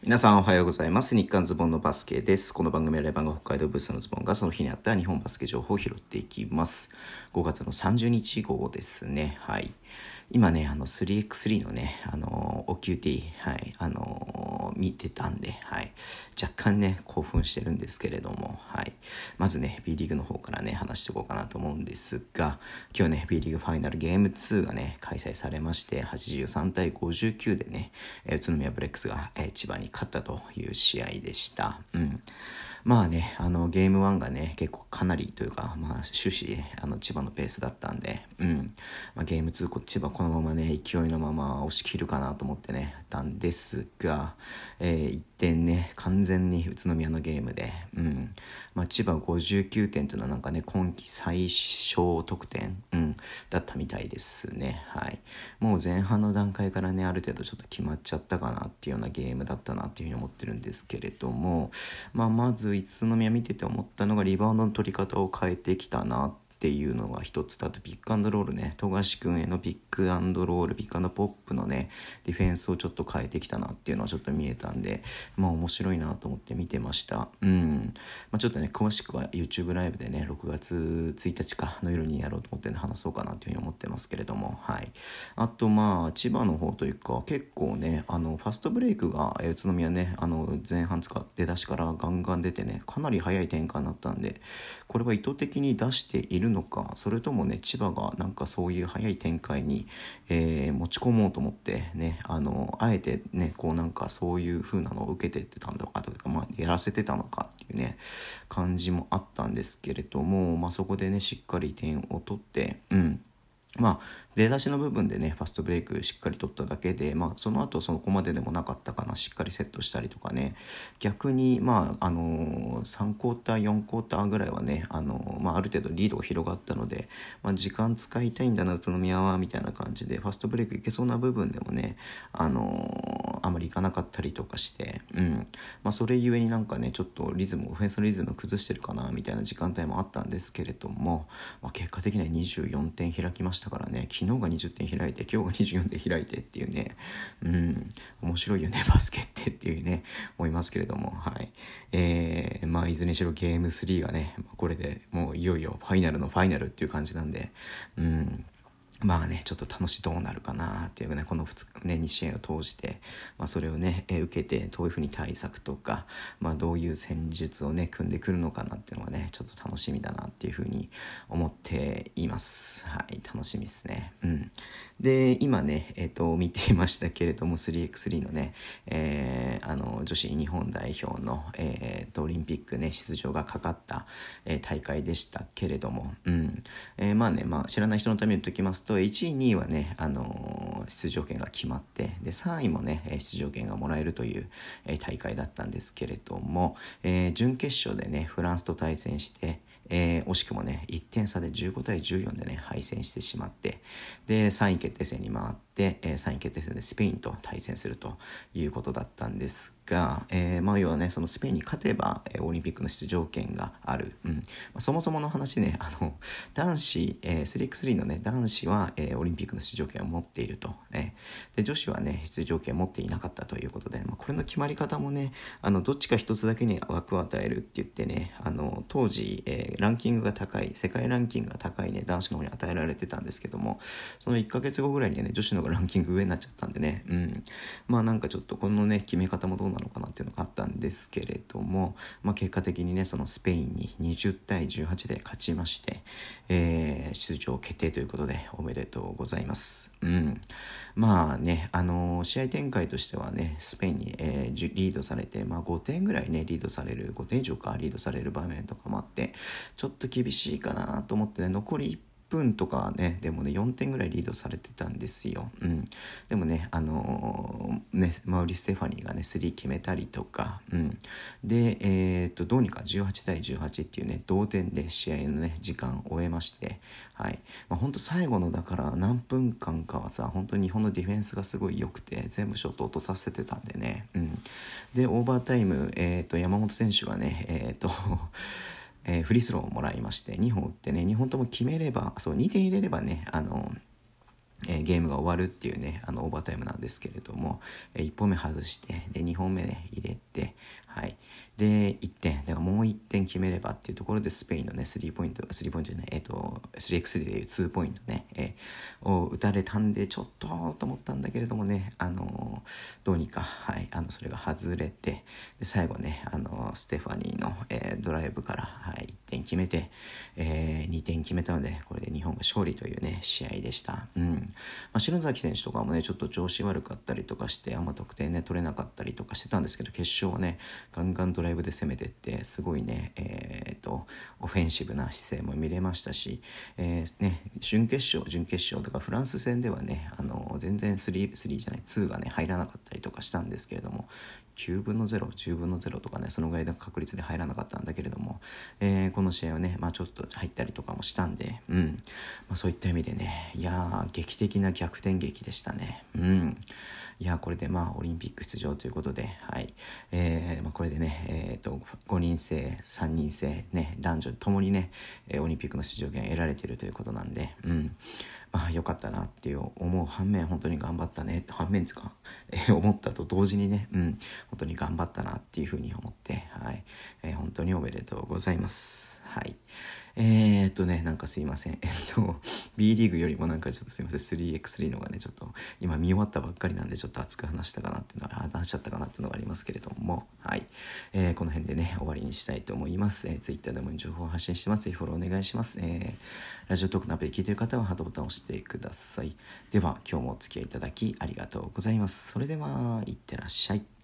皆さんおはようございます。日刊ズボンのバスケです。この番組はレバンが北海道ブースのズボンがその日にあった日本バスケ情報を拾っていきます。5月の30日号ですね。はい。今ね、3x3 のね、OQT、はい、見てたんで、はい。若干ね、興奮してるんですけれども、はい。まずね、B リーグの方からね、話していこうかなと思うんですが、今日ね、B リーグファイナルゲーム2がね、開催されまして、83対59でね、宇都宮ブレックスが、千葉に勝ったという試合でした。まあね、ゲーム1がね、結構かなりというか、まあ終始、千葉のペースだったんで、ゲーム2、千葉このままね、勢いのまま押し切るかなと思ってね、たんですが、1点ね、完全に宇都宮のゲームで、千葉59点というのはなんかね、今季最小得点、だったみたいですね。はい。もう前半の段階からね、ある程度ちょっと決まっちゃったかなっていうようなゲームだったなっていうふうに思ってるんですけれども、まず宇都宮見てて思ったのがリバウンドの取り方を変えてきたなっていうのが一つだと、ピックアンドロールね、富樫君へのピックアンドロール、ピックアンドポップのねディフェンスをちょっと変えてきたなっていうのはちょっと見えたんで、面白いなと思って見てました。ちょっとね詳しくは YouTube ライブでね6月1日かの夜にやろうと思ってね話そうかなというふうに思ってますけれども、はい。あと千葉の方というか結構ねファストブレイクが宇都宮ね前半出だしからガンガン出てねかなり早い展開になったんで、これは意図的に出しているのか、それともね千葉がなんかそういう早い展開に、持ち込もうと思ってねあえてねこうなんかそういう風なのを受けてってたのかというか、やらせてたのかっていうね感じもあったんですけれども、そこでねしっかり点を取って出だしの部分でねファストブレイクしっかり取っただけで、その後そこまででもなかったかな、しっかりセットしたりとかね、逆に3クォーター4クォーターぐらいはねある程度リードが広がったので、時間使いたいんだな宇都宮はみたいな感じでファストブレイクいけそうな部分でもねあまりいかなかったりとかして、それゆえになんかねちょっとオフェンスのリズム崩してるかなみたいな時間帯もあったんですけれども、結果的には24点開きましたからね、昨日が20点開いて今日が24点開いてっていうね、面白いよねバスケってっていうね思いますけれども、はい。いずれにしろゲーム3がねこれでもういよいよファイナルのファイナルっていう感じなんで、ちょっとどうなるかなっていうね、この2試合を通して、それをね、受けてどういうふうに対策とか、どういう戦術をね組んでくるのかなっていうのがねちょっと楽しみだなっていうふうに思っています。はい、楽しみですね。で今ね見ていましたけれども 3x3 のね、女子日本代表の、オリンピックね出場がかかった、大会でしたけれども、知らない人のために言っておきますと、1位2位はね出場権が決まって、で3位もね出場権がもらえるという、大会だったんですけれども、準決勝でねフランスと対戦して、惜しくもね1点差で15対14でね敗戦してしまって、で3位決定戦に回って、3位決定戦でスペインと対戦するということだったんですが、要はねそのスペインに勝てば、オリンピックの出場権がある、そもそもの話ね男子、3x3 のね男子は、オリンピックの出場権を持っていると、で女子はね出場権を持っていなかったということで、これの決まり方もねどっちか一つだけに枠を与えるって言ってね当時、ランキングが高い世界ランキングが高いね男子の方に与えられてたんですけども、その1ヶ月後ぐらいにね女子の方がランキング上になっちゃったんでね、なんかちょっとこのね決め方もどうなのかなっていうのがあったんですけれども、結果的にねそのスペインに20対18で勝ちまして、出場決定ということでおめでとうございます。試合展開としてはねスペインに、リードされて、5点ぐらいねリードされる、5点以上かリードされる場面とかもあって、ちょっと厳しいかなと思ってね、残り1分とかねでもね4点ぐらいリードされてたんですよ。でもねマウリ・ステファニーがね3決めたりとか、でどうにか18対18っていうね同点で試合のね時間を終えまして、はい。本当最後のだから何分間かはさ本当に日本のディフェンスがすごい良くて全部ショット落とさせてたんでね、でオーバータイム山本選手がねフリースローをもらいまして2本打ってね2本とも決めれば2点入れればねゲームが終わるっていうねオーバータイムなんですけれども、1本目外してで2本目ね入れて、はい、で1点だからもう1点決めればっていうところでスペインのねスリーポイントじゃない3x3 でいう2ポイントね、を打たれたんでちょっとと思ったんだけれどもね、どうにか、はい、それが外れてで最後ねステファニーの、ドライブから、はい、1点決めて、2点決めたのでこれで日本が勝利というね試合でした。篠崎選手とかもねちょっと調子悪かったりとかしてあんま得点ね取れなかったりとかしてたんですけど、決勝はねガンガンドライブで攻めてってすごいねオフェンシブな姿勢も見れましたし、準決勝とかフランス戦ではね全然3じゃない2がね入らなかったりとかしたんですけれども、9分の0、10分の0とかねそのぐらいの確率で入らなかったんだけれども、この試合はね、ちょっと入ったりとかもしたんで、そういった意味でね劇的な逆転劇でしたね。これでオリンピック出場ということで、はい、これでね、5人制3人制ね男女ともにねオリンピックの出場権得られているということなんで、良かったなっていう思う反面本当に頑張ったね反面ですか、思ったと同時にね、本当に頑張ったなっていうふうに思って、はい、本当におめでとうございます。はい。なんかすいません。B リーグよりもなんかちょっとすいません、3x3 のがね、ちょっと今見終わったばっかりなんで、ちょっと熱く話しちゃったかなっていうのがありますけれども、はい。この辺でね、終わりにしたいと思います。Twitter でも情報を発信してます。ぜひフォローお願いします。ラジオトークのアプリ聞いている方はハートボタンを押してください。では、今日もお付き合いいただきありがとうございます。それでは、いってらっしゃい。